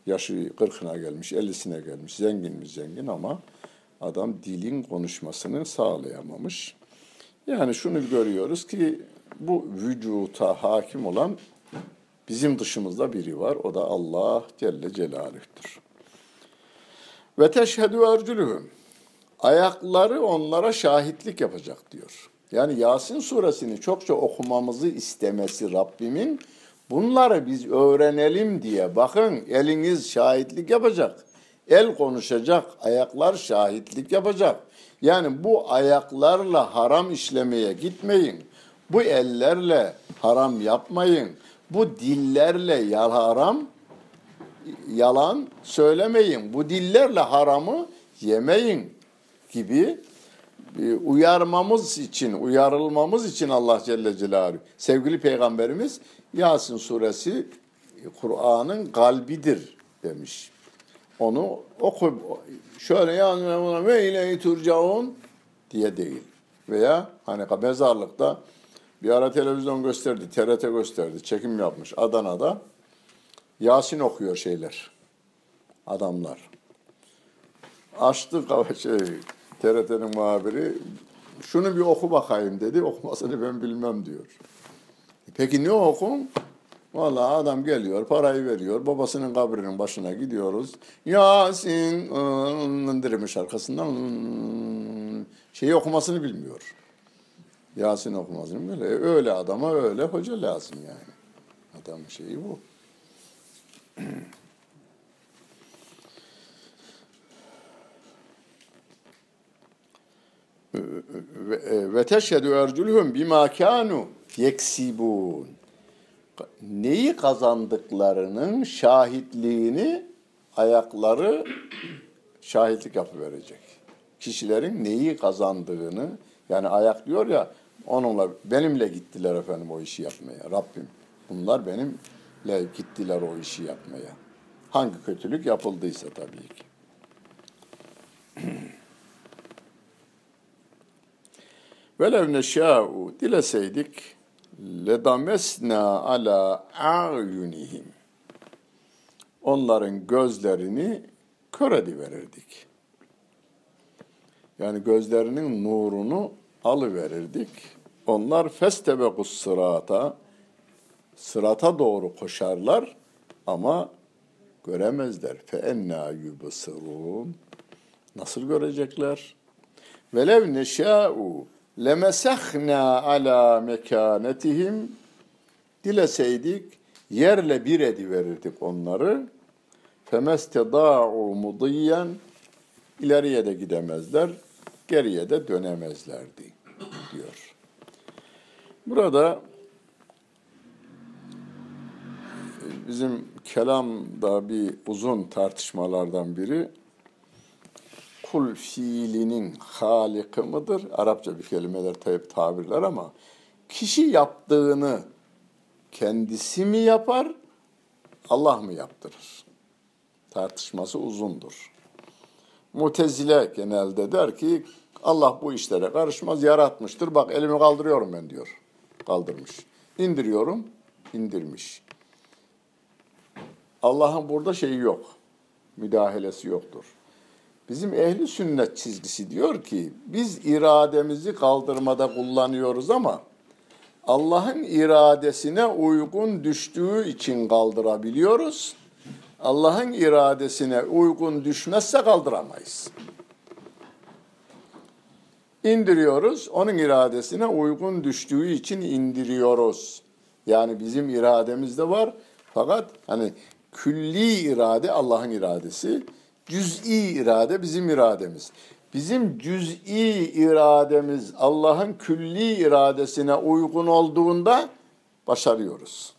Yaşı kırkına gelmiş, ellisine gelmiş, zengin mi zengin ama adam dilin konuşmasını sağlayamamış. Yani şunu görüyoruz ki bu vücuta hakim olan bizim dışımızda biri var. O da Allah Celle Celaluh'tür. Ve teşhedü ercülühüm. Ayakları onlara şahitlik yapacak diyor. Yani Yasin suresini çokça okumamızı istemesi Rabbimin, bunları biz öğrenelim diye. Bakın, eliniz şahitlik yapacak. El konuşacak, ayaklar şahitlik yapacak. Yani bu ayaklarla haram işlemeye gitmeyin. Bu ellerle haram yapmayın. Bu dillerle haram, yalan söylemeyin. Bu dillerle haramı yemeyin gibi uyarmamız için, uyarılmamız için Allah Celle Celaluhu, sevgili Peygamberimiz Yasin suresi Kur'an'ın kalbidir demiş. Onu oku, şöyle yani ve ile turcaun diye değil. Veya hani mezarlıkta bir ara televizyon gösterdi, T R T gösterdi, çekim yapmış Adana'da. Yasin okuyor şeyler, adamlar. Açtı şey, T R T'nin muhabiri, şunu bir oku bakayım dedi, okumasını ben bilmem diyor. Peki ne okun? Vallahi adam geliyor, parayı veriyor, babasının kabrinin başına gidiyoruz. Yasin, indirmiş arkasından, şeyi okumasını bilmiyor. Yasin okumasını bilmiyor. Öyle adama öyle hoca lazım yani. Adamın şeyi bu. Ve teşhedü ercülhum bima kanu yeksibun. Neyi kazandıklarının şahitliğini ayakları şahitlik yapıverecek. Kişilerin neyi kazandığını, yani ayak diyor ya, onunla benimle gittiler efendim o işi yapmaya. Rabbim, bunlar benimle gittiler o işi yapmaya. Hangi kötülük yapıldıysa tabii ki. Velev neşâ'u, dileseydik ledamesna ala a'yunihim. Onların gözlerini kör ediverirdik. Yani gözlerinin nurunu alıverirdik. Onlar festebekus sırata, sırata doğru koşarlar ama göremezler. Fe enna yubsirun. Nasıl görecekler? Velev neşâ'u lemesehna ala mekanetihim. Dileseydik yerle bir ediverirdik onları. Femestedâ'u mudiyyen. İleriye de gidemezler, geriye de dönemezlerdi diyor. Burada bizim kelamda bir uzun tartışmalardan biri, kul fiilinin haliki mıdır? Arapça bir kelimeler, tabi tabirler ama kişi yaptığını kendisi mi yapar, Allah mı yaptırır? Tartışması uzundur. Mutezile genelde der ki Allah bu işlere karışmaz, yaratmıştır. Bak elimi kaldırıyorum ben diyor. Kaldırmış. İndiriyorum, indirmiş. Allah'ın burada şeyi yok. Müdahalesi yoktur. Bizim ehli sünnet çizgisi diyor ki biz irademizi kaldırmada kullanıyoruz ama Allah'ın iradesine uygun düştüğü için kaldırabiliyoruz. Allah'ın iradesine uygun düşmezse kaldıramayız. İndiriyoruz, onun iradesine uygun düştüğü için indiriyoruz. Yani bizim irademiz de var. Fakat hani külli irade Allah'ın iradesi, cüz'i irade bizim irademiz. Bizim cüz'i irademiz Allah'ın külli iradesine uygun olduğunda başarıyoruz.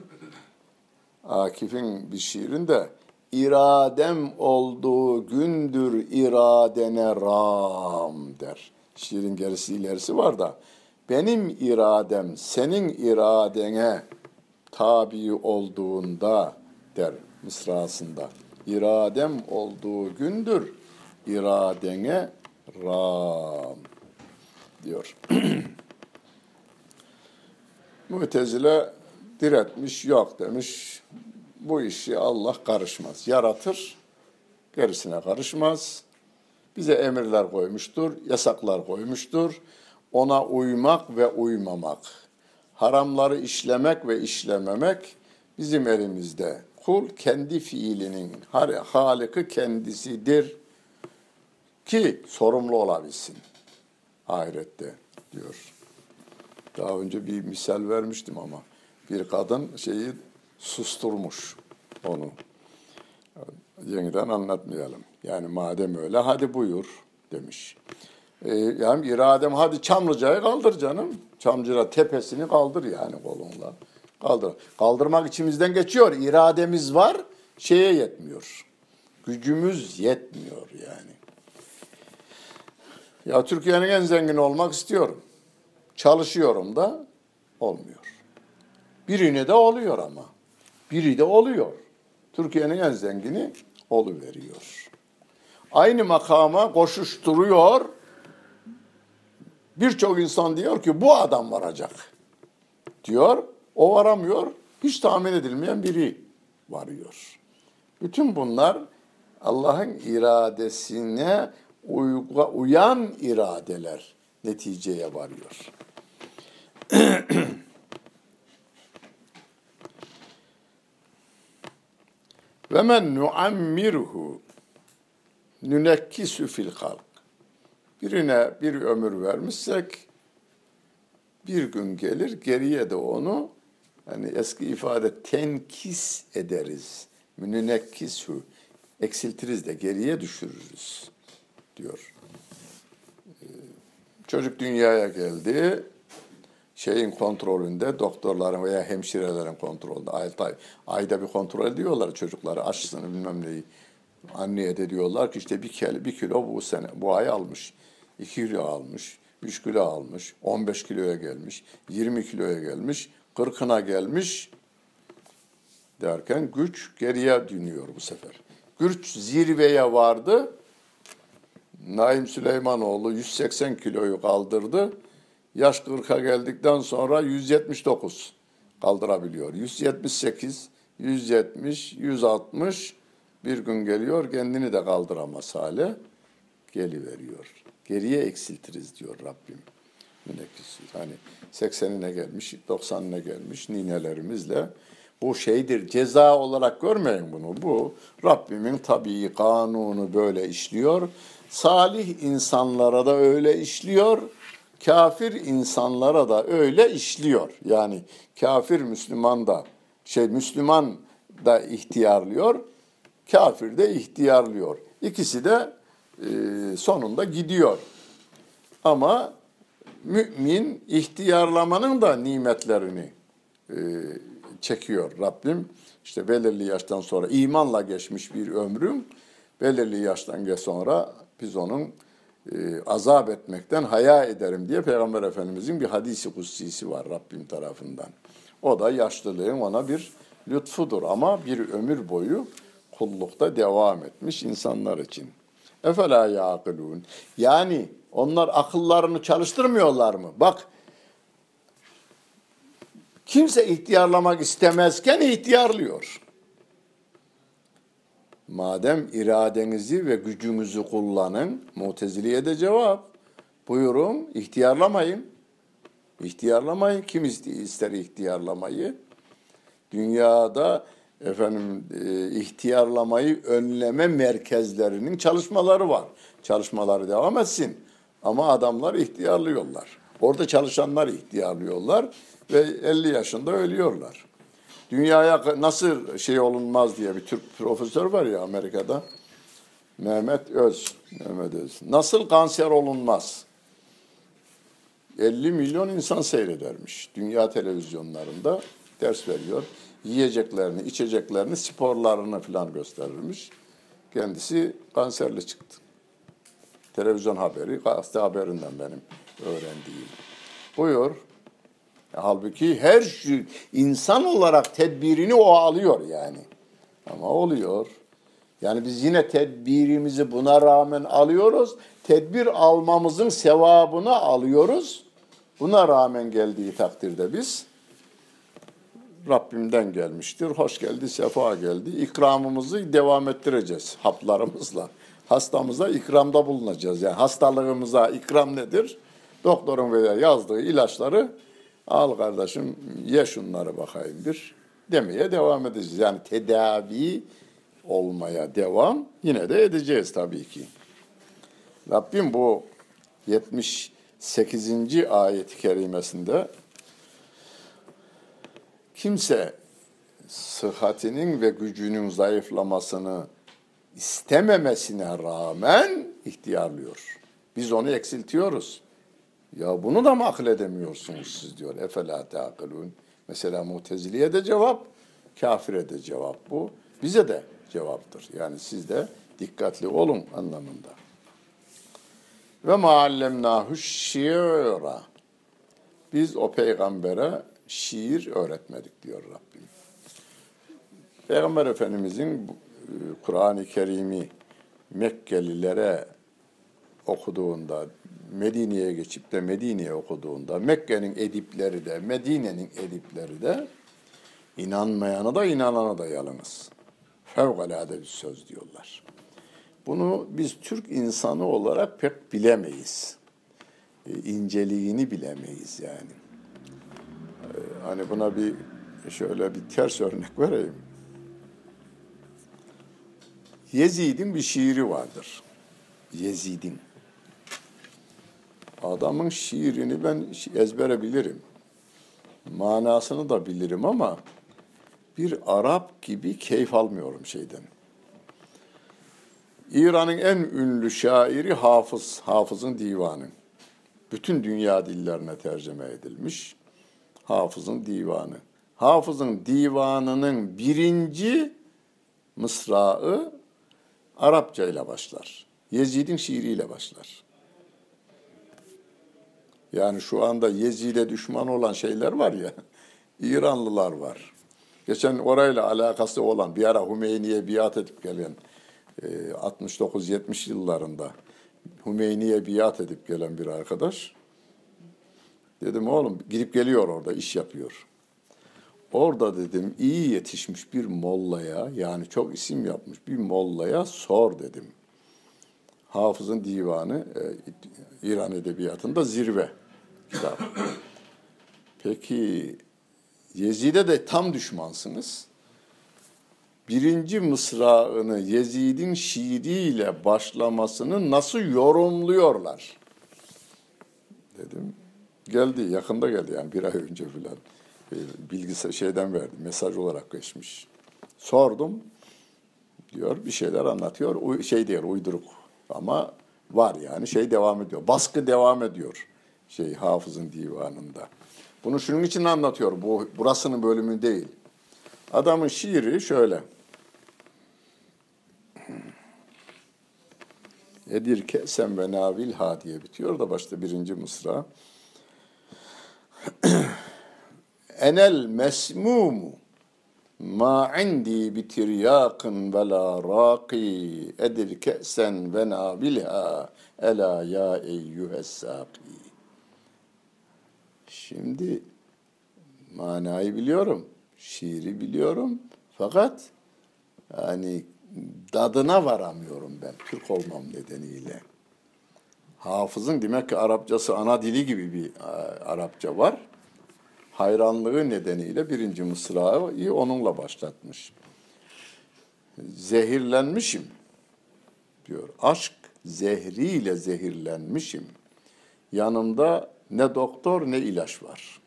Akif'in bir şiirinde iradem olduğu gündür iradene ram der. Şiirin gerisi ilerisi var da benim iradem senin iradene tabi olduğunda der mısrasında. İradem olduğu gündür iradene ram diyor. Mu'tezile diretmiş, yok demiş. bu işi Allah karışmaz. Yaratır, gerisine karışmaz. Bize emirler koymuştur, yasaklar koymuştur. Ona uymak ve uymamak, haramları işlemek ve işlememek bizim elimizde. Kul kendi fiilinin haliki kendisidir ki sorumlu olabilsin ahirette diyor. Daha önce bir misal vermiştim ama bir kadın şeyi susturmuş onu. Yeniden anlatmayalım. Yani madem öyle hadi buyur demiş. Ee, yani iradem hadi Çamlıca'yı kaldır canım. Çamlıca tepesini kaldır yani kolunla. Kaldır. Kaldırmak içimizden geçiyor. İrademiz var, şeye yetmiyor. Gücümüz yetmiyor yani. Ya Türkiye'nin en zengin olmak istiyorum. Çalışıyorum da olmuyor. Birine de oluyor ama. Biri de oluyor. Türkiye'nin en zengini oluveriyor. Aynı makama koşuşturuyor. Birçok insan diyor ki bu adam varacak diyor. O varamıyor. Hiç tahmin edilmeyen biri varıyor. Bütün bunlar Allah'ın iradesine uyan iradeler neticeye varıyor. Ve men nuammirhu nunekkisu fil halk. Birine bir ömür vermişsek bir gün gelir geriye de onu hani eski ifade tenkis ederiz. Nunekkisu eksiltiriz de geriye düşürürüz diyor. Çocuk dünyaya geldi. Şeyin kontrolünde, doktorların veya hemşirelerin kontrolünde ayda, ayda bir kontrol ediyorlar çocukları, aşısını bilmem neyi. Anneye de diyorlar ki işte bir kilo, bir kilo bu sene, bu ay almış, iki kilo almış, üç kilo almış, on beş kiloya gelmiş, yirmi kiloya gelmiş, kırkına gelmiş derken güç geriye dönüyor bu sefer. Güç zirveye vardı. Naim Süleymanoğlu yüz seksen kiloyu kaldırdı. Yaş kırka geldikten sonra yüz yetmiş dokuz kaldırabiliyor. yüz yetmiş sekiz, yüz yetmiş, yüz altmış bir gün geliyor kendini de kaldıramaz hale geliveriyor. Geriye eksiltiriz diyor Rabbim. Hani seksenine gelmiş, doksanına gelmiş ninelerimizle. Bu şeydir, ceza olarak görmeyin bunu. Bu Rabbimin tabii kanunu böyle işliyor. Salih insanlara da öyle işliyor. Kafir insanlara da öyle işliyor. Yani kafir Müslüman da şey Müslüman da ihtiyarlıyor, kafir de ihtiyarlıyor. İkisi de e, sonunda gidiyor. Ama mümin ihtiyarlamanın da nimetlerini e, çekiyor Rabbim. İşte belirli yaştan sonra imanla geçmiş bir ömrüm, belirli yaştan sonra biz onun e, azap etmekten haya ederim diye Peygamber Efendimizin bir hadisi kutsisi var Rabbim tarafından. O da yaşlılığın ona bir lütfudur ama bir ömür boyu kullukta devam etmiş insanlar için. Efela yaqilun. Yani onlar akıllarını çalıştırmıyorlar mı? Bak, kimse ihtiyarlamak istemezken ihtiyarlıyor. Madem iradenizi ve gücünüzü kullanın, Mu'tezili'ye de cevap. Buyurun, ihtiyarlamayın. İhtiyarlamayın. Kim ister ihtiyarlamayı? Dünyada efendim e, ihtiyarlamayı önleme merkezlerinin çalışmaları var. Çalışmaları devam etsin. Ama adamlar ihtiyarlıyorlar. Orada çalışanlar ihtiyarlıyorlar ve elli yaşında ölüyorlar. Dünyaya nasıl şey olunmaz diye bir Türk profesör var ya Amerika'da. Mehmet Öz. Mehmet Öz. Nasıl kanser olunmaz? elli milyon insan seyredermiş. Dünya televizyonlarında ders veriyor. Yiyeceklerini, içeceklerini, sporlarını falan gösterirmiş. Kendisi kanserli çıktı. Televizyon haberi, gazete haberinden benim öğrendiğim. Buyur. Halbuki her şey, insan olarak tedbirini o alıyor yani. Ama oluyor. Yani biz yine tedbirimizi buna rağmen alıyoruz. Tedbir almamızın sevabını alıyoruz. Buna rağmen geldiği takdirde biz Rabbimden gelmiştir. Hoş geldi, sefa geldi. İkramımızı devam ettireceğiz haplarımızla. Hastamıza ikramda bulunacağız. Yani hastalığımıza ikram nedir? Doktorun veya yazdığı ilaçları al kardeşim ye şunları bakayım bir demeye devam edeceğiz. Yani tedavi olmaya devam yine de edeceğiz tabii ki. Rabbim bu yetmiş sekizinci ayet-i kerimesinde kimse sıhhatinin ve gücünün zayıflamasını istememesine rağmen ihtiyarlıyor. Biz onu eksiltiyoruz. Ya bunu da mı akıl edemiyorsunuz siz diyor. Efela teakılun. Mesela Mu'tezili'ye de cevap, kafire de cevap bu. Bize de cevaptır. Yani siz de dikkatli olun anlamında. Ve ma'allemnahu şiira. Biz o peygambere şiir öğretmedik diyor Rabbim. Peygamber Efendimizin Kur'an-ı Kerim'i Mekkelilere okuduğunda, Medine'ye geçip de Medine'ye okuduğunda, Mekke'nin edipleri de, Medine'nin edipleri de inanmayana da inanana da yalınız. Fevkalade bir söz diyorlar. Bunu biz Türk insanı olarak pek bilemeyiz. E, inceliğini bilemeyiz yani. E, hani buna bir şöyle bir ters örnek vereyim. Yezid'in bir şiiri vardır. Yezid'in. Adamın şiirini ben ezbere bilirim. Manasını da bilirim ama bir Arap gibi keyif almıyorum şeyden. İran'ın en ünlü şairi Hafız, Hafız'ın divanı. Bütün dünya dillerine tercüme edilmiş. Hafız'ın divanı. Hafız'ın divanının birinci mısrağı Arapça ile başlar. Yezid'in şiiriyle başlar. Yani şu anda Yezid'e düşman olan şeyler var ya, İranlılar var. Geçen orayla alakası olan, bir ara Hümeyni'ye biat edip gelen, altmış dokuz yetmiş yıllarında Hümeyni'ye biat edip gelen bir arkadaş. Dedim oğlum gidip geliyor orada, iş yapıyor. Orada dedim iyi yetişmiş bir mollaya, yani çok isim yapmış bir mollaya sor dedim. Hafız'ın divanı İran edebiyatında zirve kitap. Peki Yezid'e de tam düşmansınız. Birinci mısrağını Yezid'in şiiriyle başlamasını nasıl yorumluyorlar? Dedim. Geldi, yakında geldi yani bir ay önce filan. Bilgisayar şeyden verdi, mesaj olarak geçmiş. Sordum, diyor bir şeyler anlatıyor, şey diyor uyduruk ama var yani şey devam ediyor, baskı devam ediyor şey Hafız'ın divanında. Bunu şunun için anlatıyor, bu burasının bölümü değil. Adamın şiiri şöyle. Edir ke'sen ve navilha diye bitiyor da başta birinci mısra. Enel mesmumu ma indi bitiryakın ve la raqi edir ke'sen ve navilha ela ya eyyühes saqi. Şimdi manayı biliyorum, şiiri biliyorum fakat yani dadına varamıyorum ben Türk olmam nedeniyle. Hafız'ın demek ki Arapçası ana dili gibi bir Arapça var. Hayranlığı nedeniyle birinci mısrağı onunla başlatmış. Zehirlenmişim diyor. Aşk zehriyle zehirlenmişim. Yanımda ne doktor ne ilaç var.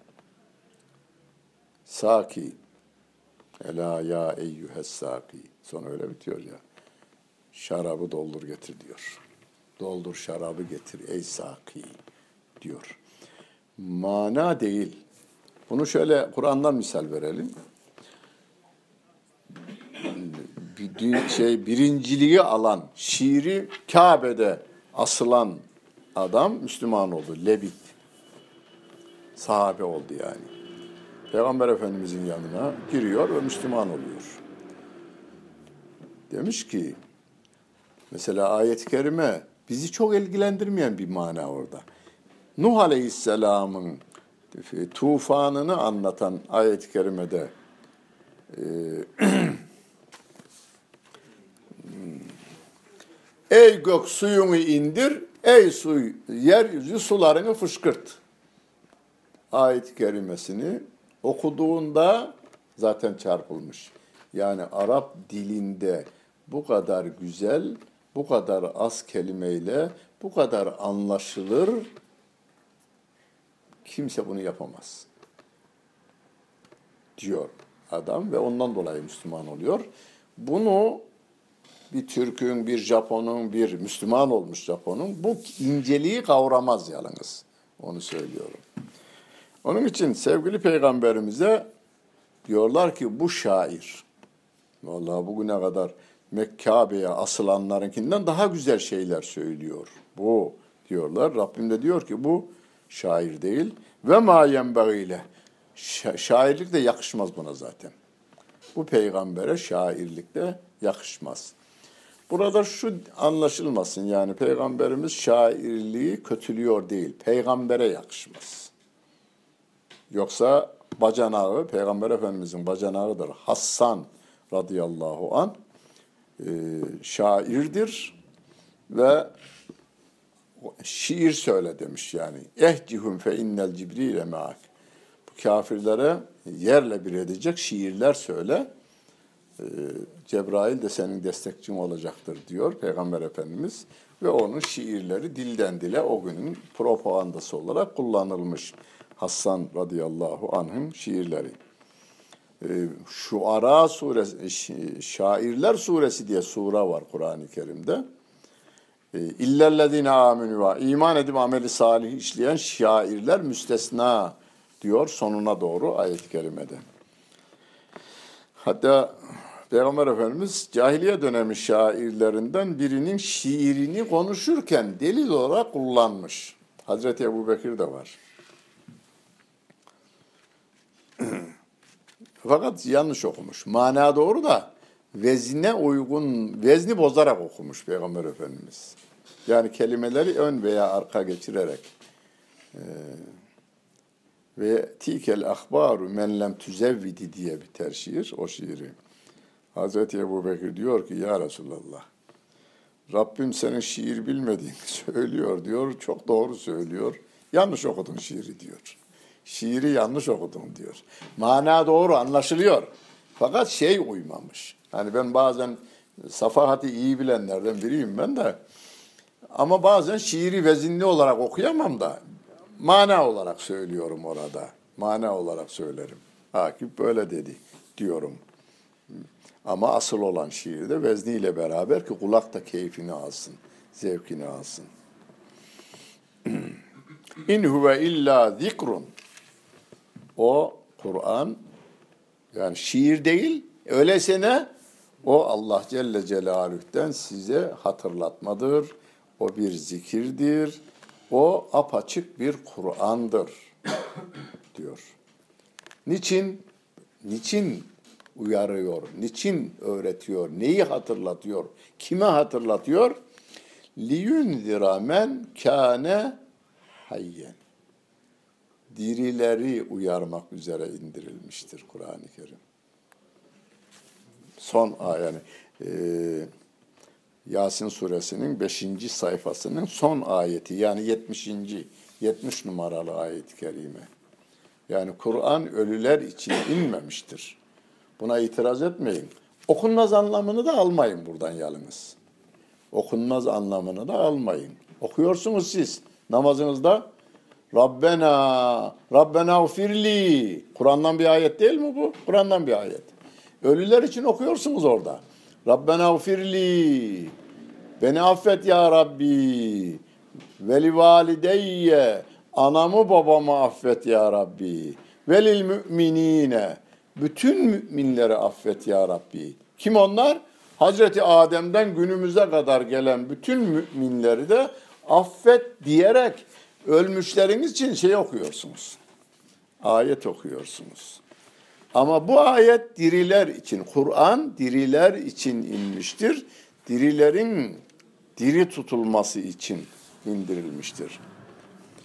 Saki. Ela ya eyyühes saki. Sonra öyle bitiyor ya. Şarabı doldur getir diyor. Doldur şarabı getir ey saki diyor. Mana değil. Bunu şöyle Kur'an'dan misal verelim. Bir şey birinciliği alan, şiiri Kabe'de asılan adam Müslüman oldu. Lebit. Sahabe oldu yani. Peygamber Efendimizin yanına giriyor ve Müslüman oluyor. Demiş ki, mesela ayet-i kerime bizi çok ilgilendirmeyen bir mana orada. Nuh Aleyhisselam'ın tufanını anlatan ayet-i kerimede e, ey gök suyunu indir, ey su yeryüzü sularını fışkırt. Ayet-i kerimesini okuduğunda zaten çarpılmış. Yani Arap dilinde bu kadar güzel, bu kadar az kelimeyle, bu kadar anlaşılır, kimse bunu yapamaz diyor adam ve ondan dolayı Müslüman oluyor. Bunu bir Türk'ün, bir Japon'un, bir Müslüman olmuş Japon'un bu inceliği kavramaz yalnız. Onu söylüyorum. Onun için sevgili Peygamberimize diyorlar ki bu şair. Vallahi bugüne kadar Mekkabe'ye asılanlarınkinden daha güzel şeyler söylüyor. Bu diyorlar. Rabbim de diyor ki bu şair değil. Ve ma yenbeğiyle. Şairlik de yakışmaz buna zaten. Bu peygambere şairlik de yakışmaz. Burada şu anlaşılmasın, yani peygamberimiz şairliği kötülüyor değil. Peygambere yakışmaz. Yoksa bacanağı, Peygamber Efendimizin bacanağıdır. Hassan radıyallahu an e, şairdir ve şiir söyle demiş yani. Ehcihum fe innel cibrile ma'ak. Bu kafirlere yerle bir edecek şiirler söyle. Ee, Cebrail de senin destekçin olacaktır diyor Peygamber Efendimiz. Ve onun şiirleri dilden dile o günün propagandası olarak kullanılmış. Hassan radıyallahu anh'ın şiirleri. Ee, Şuara suresi, Şairler suresi diye sure var Kur'an-ı Kerim'de. İllellezine amenü ve iman edip ameli salih işleyen şairler müstesna diyor sonuna doğru ayet-i kerimede. Hatta Peygamber Efendimiz cahiliye dönemi şairlerinden birinin şiirini konuşurken delil olarak kullanmış. Hazreti Ebubekir de var. Fakat yanlış okumuş. Mana doğru da vezne uygun, vezni bozarak okumuş Peygamber Efendimiz. Yani kelimeleri ön veya arka geçirerek. Ee, ve tikel ahbaru men lem tüzevvidi diye biter şiir, o şiiri. Hazreti Ebubekir diyor ki ya Resulallah, Rabbim senin şiir bilmediğini söylüyor diyor, çok doğru söylüyor. Yanlış okudun şiiri diyor. Şiiri yanlış okudun diyor. Mana doğru, anlaşılıyor. Fakat şey uymamış. Hani ben bazen safahati iyi bilenlerden biriyim ben de. Ama bazen şiiri vezinli olarak okuyamam da mana olarak söylüyorum orada. Mana olarak söylerim. Akif böyle dedi diyorum. Ama asıl olan şiirde vezniyle beraber ki kulak da keyfini alsın, zevkini alsın. İn huve illa zikrun. O Kur'an yani şiir değil, öyleyse ne? O Allah Celle Celaluhu'den size hatırlatmadır. O bir zikirdir. O apaçık bir Kur'an'dır diyor. Niçin? Niçin uyarıyor? Niçin öğretiyor? Neyi hatırlatıyor? Kime hatırlatıyor? لِيُنْذِرَ مَنْ كَانَ hayyen. Dirileri uyarmak üzere indirilmiştir Kur'an-ı Kerim. Son yani e, Yasin suresinin beşinci sayfasının son ayeti yani yetmişinci yetmiş numaralı ayet-i kerime. Yani Kur'an ölüler için inmemiştir. Buna itiraz etmeyin. Okunmaz anlamını da almayın buradan yalnız. Okunmaz anlamını da almayın. Okuyorsunuz siz namazınızda. Rabbena, Rabbena ufirli. Kur'an'dan bir ayet değil mi bu? Kur'an'dan bir ayet. Ölüler için okuyorsunuz orada. Rabbena ufirli. Beni affet ya Rabbi. Veli valideyye. Anamı babamı affet ya Rabbi. Velil müminine. Bütün müminleri affet ya Rabbi. Kim onlar? Hazreti Adem'den günümüze kadar gelen bütün müminleri de affet diyerek ölmüşleriniz için şey okuyorsunuz. Ayet okuyorsunuz. Ama bu ayet diriler için, Kur'an diriler için inmiştir. Dirilerin diri tutulması için indirilmiştir.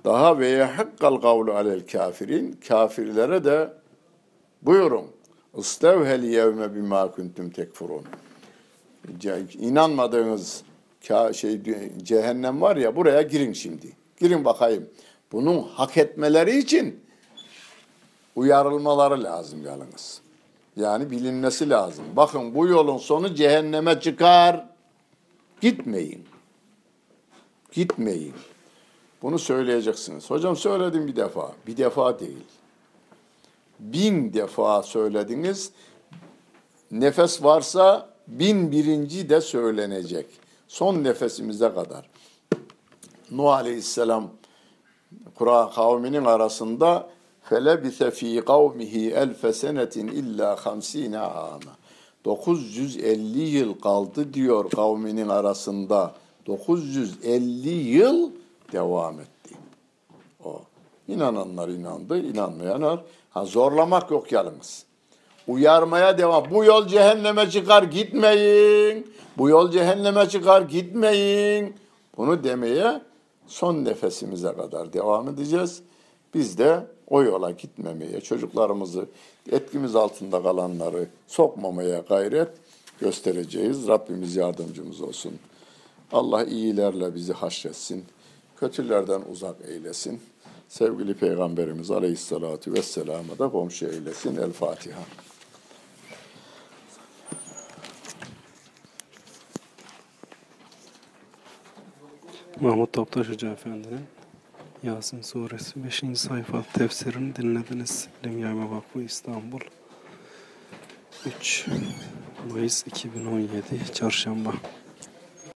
Daha ve yehakkal kavlu alel kafirin. Kafirlere de buyurun. İstevhel yevme bima kuntum tekfurun. İnanmadığınız şey cehennem var ya, buraya girin şimdi. Girin bakayım. Bunun hak etmeleri için uyarılmaları lazım yalnız. Yani bilinmesi lazım. Bakın, bu yolun sonu cehenneme çıkar. Gitmeyin. Gitmeyin. Bunu söyleyeceksiniz. Hocam söyledim bir defa. Bir defa değil. Bin defa söylediniz. Nefes varsa bin birinci de söylenecek. Son nefesimize kadar. Nuh Aleyhisselam Kur'an kavminin arasında felebise fi kavmihi elfe senetin illa hamsine âme. dokuz yüz elli yıl kaldı diyor kavminin arasında. dokuz yüz elli yıl devam etti. O. İnananlar inandı, inanmayanlar. Ha, zorlamak yok yalnız. Uyarmaya devam. Bu yol cehenneme çıkar, gitmeyin. Bu yol cehenneme çıkar, gitmeyin. Bunu demeye son nefesimize kadar devam edeceğiz. Biz de o yola gitmemeye, çocuklarımızı, etkimiz altında kalanları sokmamaya gayret göstereceğiz. Rabbimiz yardımcımız olsun. Allah iyilerle bizi haşretsin, kötülerden uzak eylesin. Sevgili Peygamberimiz Aleyhisselatü Vesselam'a da komşu eylesin. El Fatiha. Mahmut Toptaş Hoca Efendi'nin Yasin Suresi beşinci sayfa tefsirini dinlediniz. İlim Yayma Vakfı İstanbul, üç Mayıs iki bin on yedi Çarşamba.